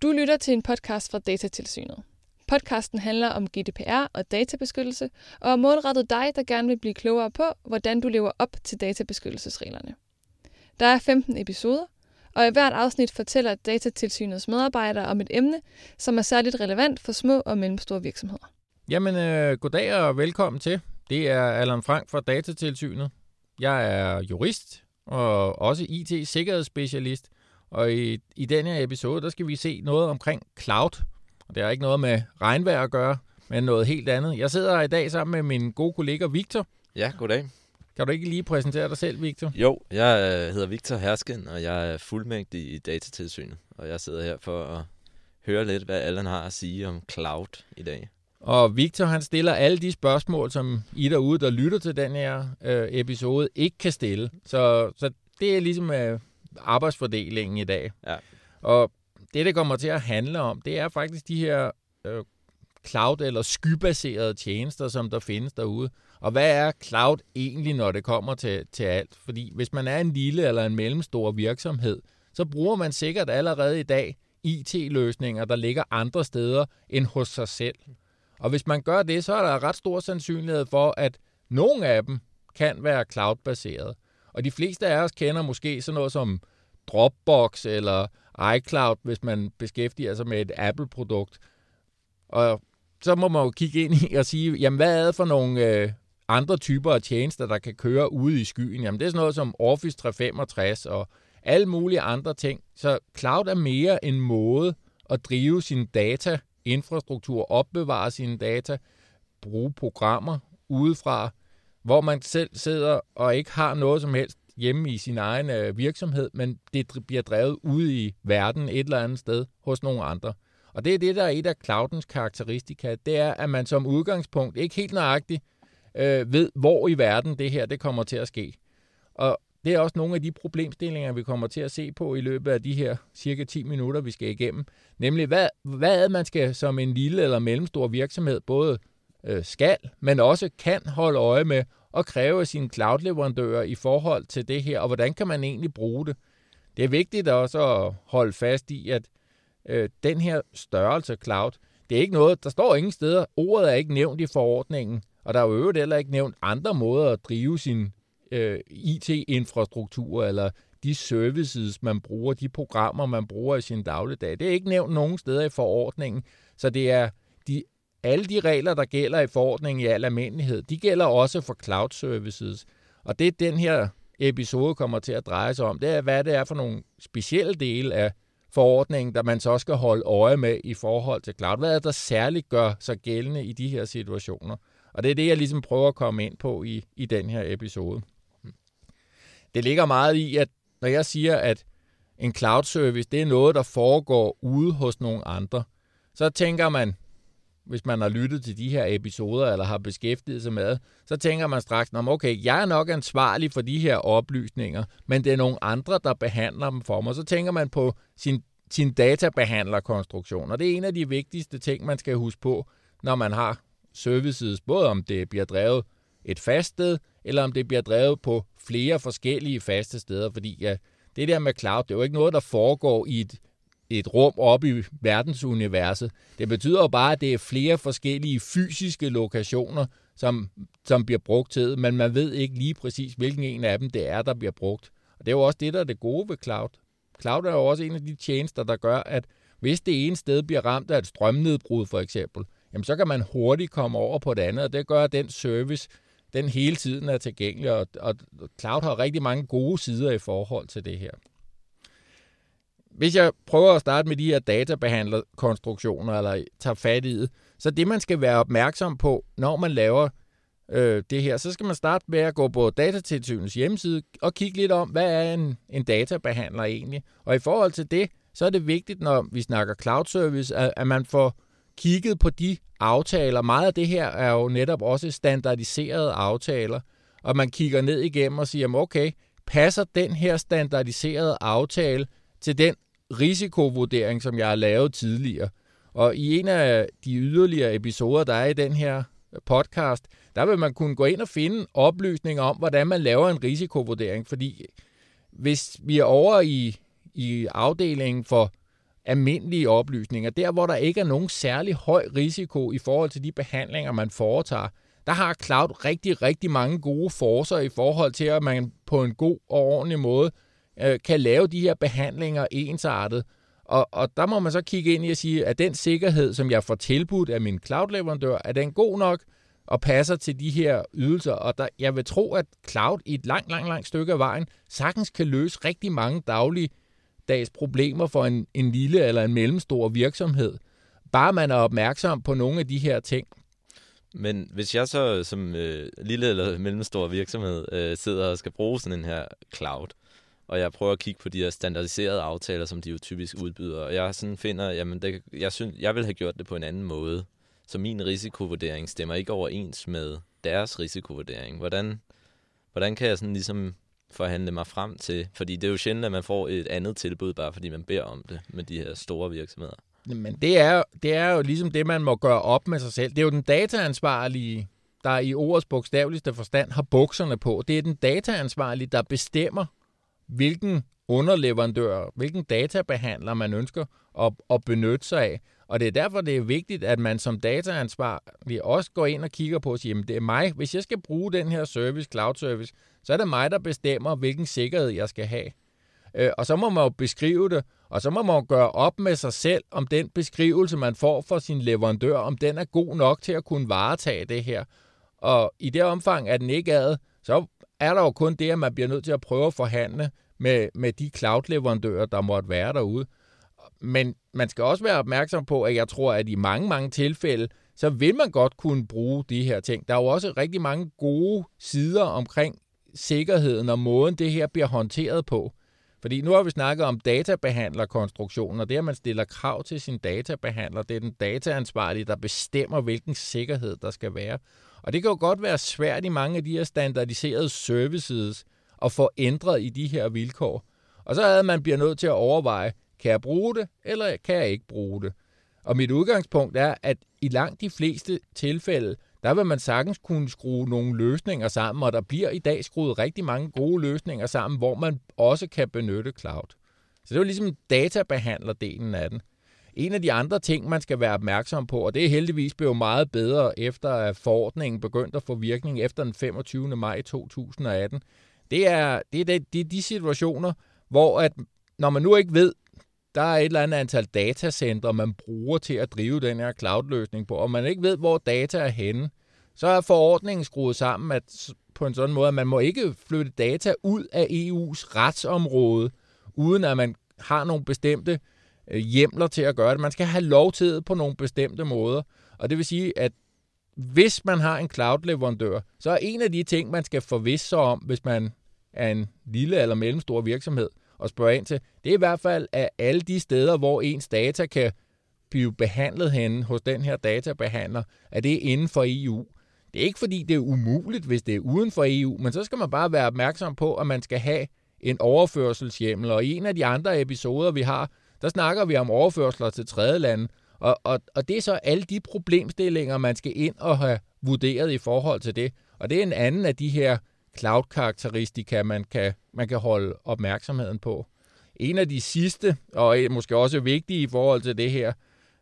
Du lytter til en podcast fra Datatilsynet. Podcasten handler om GDPR og databeskyttelse, og er målrettet dig, der gerne vil blive klogere på, hvordan du lever op til databeskyttelsesreglerne. Der er 15 episoder, og i hvert afsnit fortæller Datatilsynets medarbejdere om et emne, som er særligt relevant for små og mellemstore virksomheder. Jamen, goddag og velkommen til. Det er Allan Frank fra Datatilsynet. Jeg er jurist og også IT-sikkerhedsspecialist. Og i denne her episode, der skal vi se noget omkring cloud. Og det har ikke noget med regnvejr at gøre, men noget helt andet. Jeg sidder her i dag sammen med min gode kollega Victor. Ja, goddag. Kan du ikke lige præsentere dig selv, Victor? Jo, jeg hedder Victor Hersken, og jeg er fuldmægtig i Datatilsynet. Og jeg sidder her for at høre lidt, hvad Allan har at sige om cloud i dag. Og Victor, han stiller alle de spørgsmål, som I derude, der lytter til den her episode, ikke kan stille. Så det er ligesom arbejdsfordelingen i dag. Ja. Og det kommer til at handle om, det er faktisk de her cloud- eller skybaserede tjenester, som der findes derude. Og hvad er cloud egentlig, når det kommer til alt? Fordi hvis man er en lille eller en mellemstor virksomhed, så bruger man sikkert allerede i dag IT-løsninger, der ligger andre steder end hos sig selv. Og hvis man gør det, så er der ret stor sandsynlighed for, at nogle af dem kan være cloud-baseret. Og de fleste af os kender måske sådan noget som Dropbox eller iCloud, hvis man beskæftiger sig med et Apple-produkt. Og så må man jo kigge ind i og sige, jamen hvad er det for nogle andre typer af tjenester, der kan køre ude i skyen? Jamen det er sådan noget som Office 365 og alle mulige andre ting. Så cloud er mere en måde at drive sin datainfrastruktur, opbevare sine data, bruge programmer udefra, hvor man selv sidder og ikke har noget som helst hjemme i sin egen virksomhed, men det bliver drevet ude i verden et eller andet sted hos nogle andre. Og det er det, der er et af cloudens karakteristika, det er, at man som udgangspunkt ikke helt nøjagtigt ved, hvor i verden det her det kommer til at ske. Og det er også nogle af de problemstillinger, vi kommer til at se på i løbet af de her cirka 10 minutter, vi skal igennem. Nemlig, hvad man skal som en lille eller mellemstor virksomhed både skal, men også kan holde øje med og kræve af sine cloud-leverandører i forhold til det her, og hvordan kan man egentlig bruge det. Det er vigtigt også at holde fast i, at den her størrelse cloud, det er ikke noget, der står ingen steder, ordet er ikke nævnt i forordningen, og der er jo øvrigt heller ikke nævnt andre måder at drive sin IT-infrastruktur, eller de services, man bruger, de programmer, man bruger i sin dagligdag. Det er ikke nævnt nogen steder i forordningen, så det er alle de regler, der gælder i forordningen i al almindelighed, de gælder også for cloud services. Og det den her episode kommer til at dreje sig om, det er, hvad det er for nogle specielle dele af forordningen, der man så skal holde øje med i forhold til cloud. Hvad er det, der særligt gør sig gældende i de her situationer? Og det er det, jeg ligesom prøver at komme ind på i den her episode. Det ligger meget i, at når jeg siger, at en cloud service, det er noget, der foregår ude hos nogle andre, så tænker man, hvis man har lyttet til de her episoder, eller har beskæftiget sig med, så tænker man straks, okay, jeg er nok ansvarlig for de her oplysninger, men det er nogle andre, der behandler dem for mig. Så tænker man på sin databehandlerkonstruktion, og det er en af de vigtigste ting, man skal huske på, når man har services, både om det bliver drevet et fast sted, eller om det bliver drevet på flere forskellige faste steder, fordi ja, det der med cloud, det er jo ikke noget, der foregår i et rum oppe i verdensuniverset. Det betyder jo bare, at det er flere forskellige fysiske lokationer, som bliver brugt til, men man ved ikke lige præcis, hvilken en af dem det er, der bliver brugt. Og det er jo også det, der er det gode ved cloud. Cloud er jo også en af de tjenester, der gør, at hvis det ene sted bliver ramt af et strømnedbrud for eksempel, jamen så kan man hurtigt komme over på det andet, og det gør, at den service, den hele tiden er tilgængelig, og cloud har rigtig mange gode sider i forhold til det her. Hvis jeg prøver at starte med de her databehandlerkonstruktioner, eller tager fat i det, så det, man skal være opmærksom på, når man laver det her, så skal man starte med at gå på Datatilsynets hjemmeside og kigge lidt om, hvad er en databehandler egentlig. Og i forhold til det, så er det vigtigt, når vi snakker cloud service, at man får kigget på de aftaler. Meget af det her er jo netop også standardiserede aftaler, og man kigger ned igennem og siger, okay, passer den her standardiserede aftale til den risikovurdering, som jeg har lavet tidligere? Og i en af de yderligere episoder, der er i den her podcast, der vil man kunne gå ind og finde oplysninger om, hvordan man laver en risikovurdering. Fordi hvis vi er over i afdelingen for almindelige oplysninger, der hvor der ikke er nogen særlig høj risiko i forhold til de behandlinger, man foretager, der har cloud rigtig, rigtig mange gode forcer i forhold til, at man på en god og ordentlig måde kan lave de her behandlinger ensartet. Og der må man så kigge ind i og sige, at den sikkerhed, som jeg får tilbudt af min cloud-leverandør, er den god nok og passer til de her ydelser. Og jeg vil tro, at cloud i et langt stykke af vejen sagtens kan løse rigtig mange dagligdags problemer for en lille eller en mellemstor virksomhed. Bare man er opmærksom på nogle af de her ting. Men hvis jeg så som lille eller mellemstor virksomhed sidder og skal bruge sådan en her cloud, og jeg prøver at kigge på de her standardiserede aftaler, som de jo typisk udbyder, og jeg sådan finder, jamen jeg vil have gjort det på en anden måde, så min risikovurdering stemmer ikke overens med deres risikovurdering. Hvordan kan jeg sådan ligesom forhandle mig frem til, fordi det er jo sjældent, at man får et andet tilbud, bare fordi man beder om det med de her store virksomheder. Men det er jo ligesom det, man må gøre op med sig selv. Det er jo den dataansvarlige, der i ordets bogstaveligste forstand har bukserne på. Det er den dataansvarlige, der bestemmer, hvilken underleverandør, hvilken databehandler man ønsker at benytte sig af. Og det er derfor, det er vigtigt, at man som dataansvarlig også går ind og kigger på og siger, jamen det er mig, hvis jeg skal bruge den her service, cloud service, så er det mig, der bestemmer, hvilken sikkerhed jeg skal have. Og så må man jo beskrive det, og så må man jo gøre op med sig selv, om den beskrivelse, man får fra sin leverandør, om den er god nok til at kunne varetage det her. Og i det omfang, at den ikke er, så er der jo kun det, at man bliver nødt til at prøve at forhandle med de cloud-leverandører, der måtte være derude. Men man skal også være opmærksom på, at jeg tror, at i mange tilfælde, så vil man godt kunne bruge de her ting. Der er jo også rigtig mange gode sider omkring sikkerheden og måden, det her bliver håndteret på. Fordi nu har vi snakket om databehandlerkonstruktionen, og det, at man stiller krav til sin databehandler, det er den dataansvarlige, der bestemmer, hvilken sikkerhed der skal være. Og det kan jo godt være svært i mange af de her standardiserede services at få ændret i de her vilkår. Og så er man bliver nødt til at overveje, kan jeg bruge det, eller kan jeg ikke bruge det? Og mit udgangspunkt er, at i langt de fleste tilfælde, der vil man sagtens kunne skrue nogle løsninger sammen, og der bliver i dag skruet rigtig mange gode løsninger sammen, hvor man også kan benytte cloud. Så det er jo ligesom databehandlerdelen af den. En af de andre ting, man skal være opmærksom på, og det er heldigvis blevet meget bedre efter at forordningen begyndte at få virkning efter den 25. maj 2018, det er de situationer, hvor at, når man nu ikke ved, der er et eller andet antal datacentre, man bruger til at drive den her cloud-løsning på, og man ikke ved, hvor data er henne, så er forordningen skruet sammen på en sådan måde, at man må ikke flytte data ud af EU's retsområde, uden at man har nogle bestemte hjemler til at gøre det. Man skal have lov til det på nogle bestemte måder, og det vil sige, at hvis man har en cloud-leverandør, så er en af de ting, man skal forvisse sig om, hvis man er en lille eller mellemstor virksomhed, og spørge ind til, det er i hvert fald af alle de steder, hvor ens data kan blive behandlet henne hos den her databehandler, at det er inden for EU. Det er ikke fordi, det er umuligt, hvis det er uden for EU, men så skal man bare være opmærksom på, at man skal have en overførselshjemmel. Og i en af de andre episoder, vi har, der snakker vi om overførsler til tredjelande, og det er så alle de problemstillinger, man skal ind og have vurderet i forhold til det. Og det er en anden af de her cloud-karakteristika, man kan holde opmærksomheden på. En af de sidste, og måske også vigtige i forhold til det her,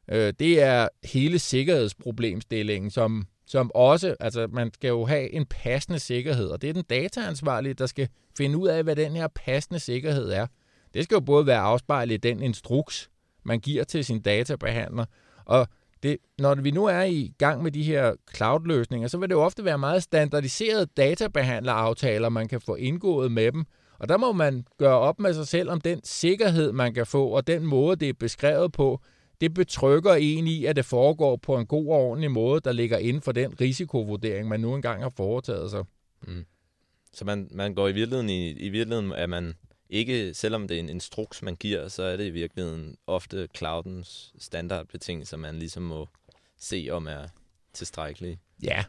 det er hele sikkerhedsproblemstillingen, som også, altså man skal jo have en passende sikkerhed, og det er den dataansvarlige, der skal finde ud af, hvad den her passende sikkerhed er. Det skal jo både være afspejlet i den instruks, man giver til sin databehandler, og når vi nu er i gang med de her cloud-løsninger, så vil det jo ofte være meget standardiserede databehandleraftaler, man kan få indgået med dem. Og der må man gøre op med sig selv om den sikkerhed, man kan få, og den måde, det er beskrevet på, det betrykker en i, at det foregår på en god og ordentlig måde, der ligger inden for den risikovurdering, man nu engang har foretaget sig. Mm. Så man går i virkeligheden er man ikke, selvom det er en instruks, man giver, så er det i virkeligheden ofte cloudens standardbetingelser, man ligesom må se, om er tilstrækkelige. Ja,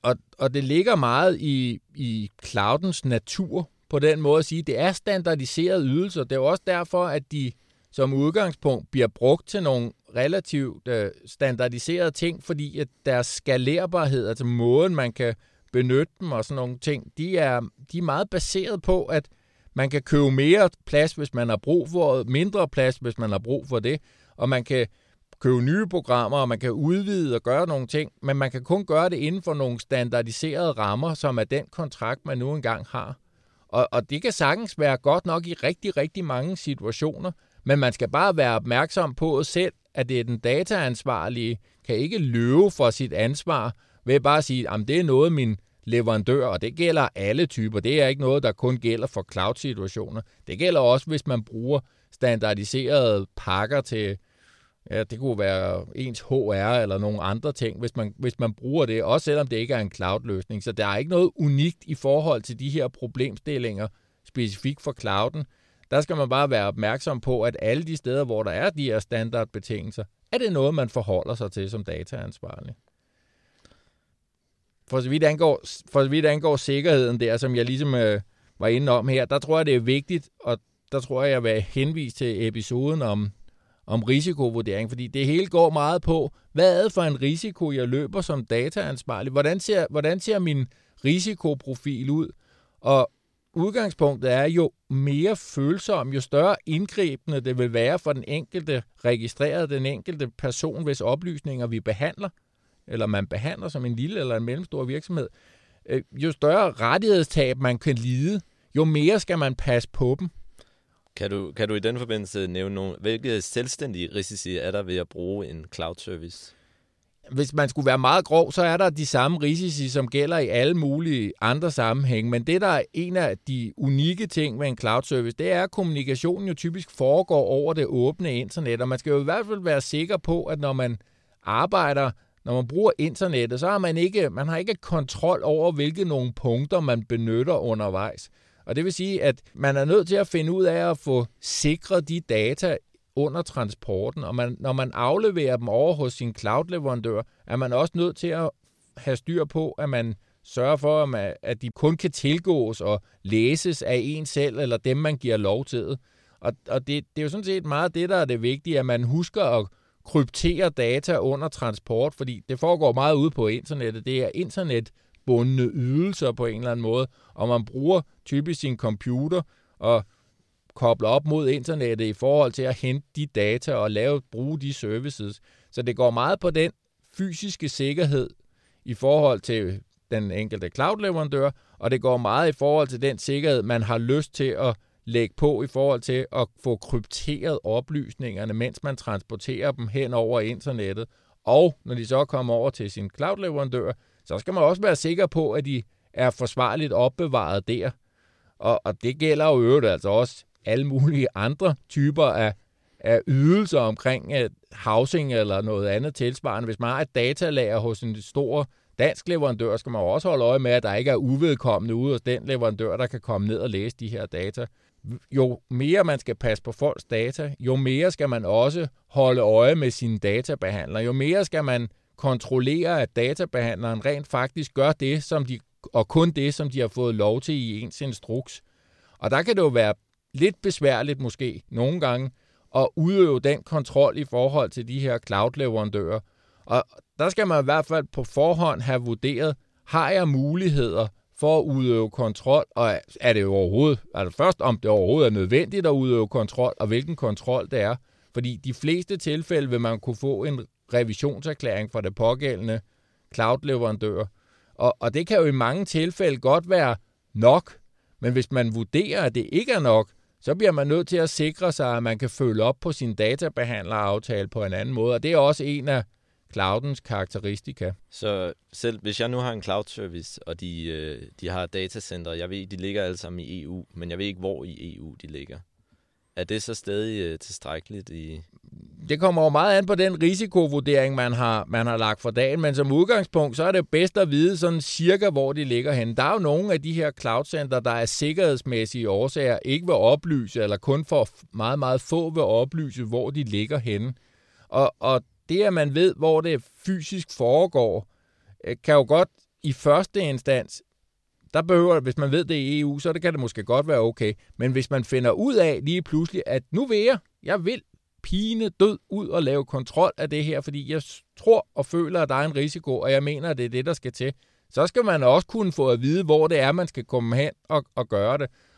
og det ligger meget i cloudens natur på den måde at sige, det er standardiserede ydelser. Det er jo også derfor, at de som udgangspunkt bliver brugt til nogle relativt standardiserede ting, fordi at deres skalerbarhed, altså måden, man kan benytte dem og sådan nogle ting, de er meget baseret på, at Man kan købe mere plads, hvis man har brug for mindre plads, hvis man har brug for det. Og man kan købe nye programmer, og man kan udvide og gøre nogle ting, men man kan kun gøre det inden for nogle standardiserede rammer, som er den kontrakt, man nu engang har. Og det kan sagtens være godt nok i rigtig, rigtig mange situationer, men man skal bare være opmærksom på selv, at det er den dataansvarlige, kan ikke løbe for sit ansvar ved bare at sige, at det er noget min leverandør, og det gælder alle typer. Det er ikke noget, der kun gælder for cloud-situationer. Det gælder også, hvis man bruger standardiserede pakker til, ja, det kunne være ens HR eller nogle andre ting, hvis man bruger det, også selvom det ikke er en cloud-løsning. Så der er ikke noget unikt i forhold til de her problemstillinger, specifikt for clouden. Der skal man bare være opmærksom på, at alle de steder, hvor der er de her standardbetingelser, er det noget, man forholder sig til som dataansvarlig. For så vidt angår sikkerheden der, som jeg ligesom var inde om her, der tror jeg, det er vigtigt, og der tror jeg vil henvise til episoden om risikovurdering, fordi det hele går meget på, hvad er det for en risiko, jeg løber som dataansvarlig? Hvordan ser min risikoprofil ud? Og udgangspunktet er, jo mere følsom, jo større indgribende det vil være for den enkelte registrerede, den enkelte person, hvis oplysninger vi behandler, eller man behandler som en lille eller en mellemstor virksomhed, jo større rettighedstab man kan lide, jo mere skal man passe på dem. Kan du i den forbindelse nævne hvilke selvstændige risici er der ved at bruge en cloud service? Hvis man skulle være meget grov, så er der de samme risici, som gælder i alle mulige andre sammenhænge. Men det, der er en af de unikke ting ved en cloud service, det er, at kommunikationen jo typisk foregår over det åbne internet. Og man skal jo i hvert fald være sikker på, at når man bruger internettet, så har man har ikke kontrol over, hvilke nogle punkter man benytter undervejs. Og det vil sige, at man er nødt til at finde ud af at få sikret de data under transporten, og når man afleverer dem over hos sin cloud-leverandør, er man også nødt til at have styr på, at man sørger for, at de kun kan tilgås og læses af en selv, eller dem, man giver lov til. Og det er jo sådan set meget det, der er det vigtige, at man husker at kryptere data under transport, fordi det foregår meget ude på internettet. Det er internetbundne ydelser på en eller anden måde, og man bruger typisk sin computer og kobler op mod internettet i forhold til at hente de data og bruge de services. Så det går meget på den fysiske sikkerhed i forhold til den enkelte cloud-leverandør, og det går meget i forhold til den sikkerhed, man har lyst til at lægge på i forhold til at få krypteret oplysningerne, mens man transporterer dem hen over internettet. Og når de så kommer over til sin cloud-leverandør, så skal man også være sikker på, at de er forsvarligt opbevaret der. Og det gælder jo øvrigt altså også alle mulige andre typer af ydelser omkring housing eller noget andet tilsvarende. Hvis man har et datalager hos en stor dansk leverandør, skal man også holde øje med, at der ikke er uvedkommende ude hos den leverandør, der kan komme ned og læse de her data. Jo mere man skal passe på folks data, jo mere skal man også holde øje med sine databehandlere. Jo mere skal man kontrollere, at databehandleren rent faktisk gør det, og kun det, som de har fået lov til i ens instruks. Og der kan det jo være lidt besværligt måske nogle gange at udøve den kontrol i forhold til de her cloud-leverandører. Og der skal man i hvert fald på forhånd have vurderet, har jeg muligheder for at udøve kontrol, og er det overhovedet, altså først om det overhovedet er nødvendigt at udøve kontrol, og hvilken kontrol det er. Fordi de fleste tilfælde vil man kunne få en revisionserklæring fra det pågældende cloud-leverandør. Og det kan jo i mange tilfælde godt være nok, men hvis man vurderer, at det ikke er nok, så bliver man nødt til at sikre sig, at man kan følge op på sin databehandleraftale på en anden måde, og det er også en af cloudens karakteristika. Så selv hvis jeg nu har en cloud service, og de har datacenter, jeg ved, de ligger alle sammen i EU, men jeg ved ikke, hvor i EU de ligger. Er det så stadig tilstrækkeligt i... Det kommer jo meget an på den risikovurdering, man har lagt for dagen, men som udgangspunkt, så er det bedst at vide sådan cirka, hvor de ligger henne. Der er jo nogle af de her cloudcenter, der af sikkerhedsmæssige årsager ikke vil oplyse, eller kun for meget, meget få vil oplyse, hvor de ligger henne. Og det, at man ved, hvor det fysisk foregår, kan jo godt i første instans, der behøver, hvis man ved det i EU, så kan det måske godt være okay. Men hvis man finder ud af lige pludselig, at nu vil jeg vil pine død ud og lave kontrol af det her, fordi jeg tror og føler, at der er en risiko, og jeg mener, at det er det, der skal til, så skal man også kunne få at vide, hvor det er, man skal komme hen og gøre det.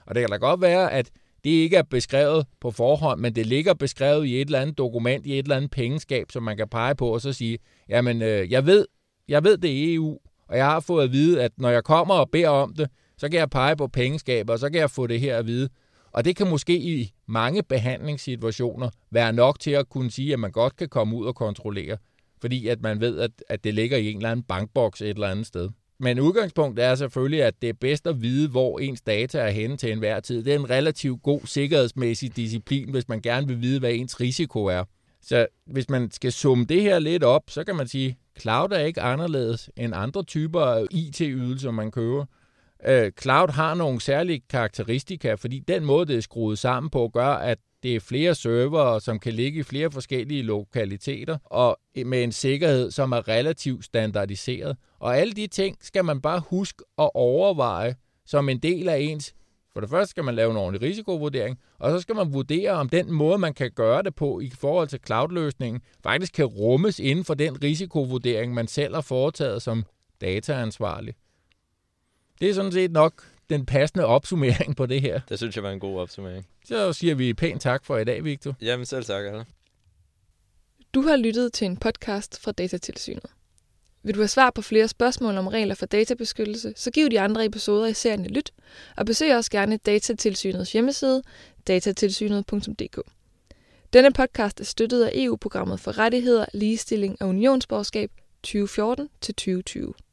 Og det kan da godt være, at det ikke er beskrevet på forhånd, men det ligger beskrevet i et eller andet dokument, i et eller andet pengeskab, som man kan pege på og så sige, jamen jeg ved det er EU, og jeg har fået at vide, at når jeg kommer og beder om det, så kan jeg pege på pengeskabet, og så kan jeg få det her at vide. Og det kan måske i mange behandlingssituationer være nok til at kunne sige, at man godt kan komme ud og kontrollere, fordi at man ved, at det ligger i en eller anden bankboks et eller andet sted. Men udgangspunktet er selvfølgelig, at det er bedst at vide, hvor ens data er henne til enhver tid. Det er en relativt god sikkerhedsmæssig disciplin, hvis man gerne vil vide, hvad ens risiko er. Så hvis man skal summe det her lidt op, så kan man sige, at cloud er ikke anderledes end andre typer af IT-ydelser, man køber. Cloud har nogle særlige karakteristika, fordi den måde, det er skruet sammen på, gør, at det er flere servere, som kan ligge i flere forskellige lokaliteter, og med en sikkerhed, som er relativt standardiseret. Og alle de ting skal man bare huske at overveje som en del af ens. For det første skal man lave en ordentlig risikovurdering, og så skal man vurdere, om den måde, man kan gøre det på i forhold til cloud-løsningen, faktisk kan rummes inden for den risikovurdering, man selv har foretaget som dataansvarlig. Det er sådan set nok den passende opsummering på det her. Det synes jeg var en god opsummering. Så siger vi pænt tak for i dag, Victor. Jamen selv tak, Allan. Du har lyttet til en podcast fra Datatilsynet. Vil du have svar på flere spørgsmål om regler for databeskyttelse, så giv de andre episoder i serien et lyt, og besøg også gerne Datatilsynets hjemmeside, datatilsynet.dk. Denne podcast er støttet af EU-programmet for rettigheder, ligestilling og unionsborgerskab 2014-2020.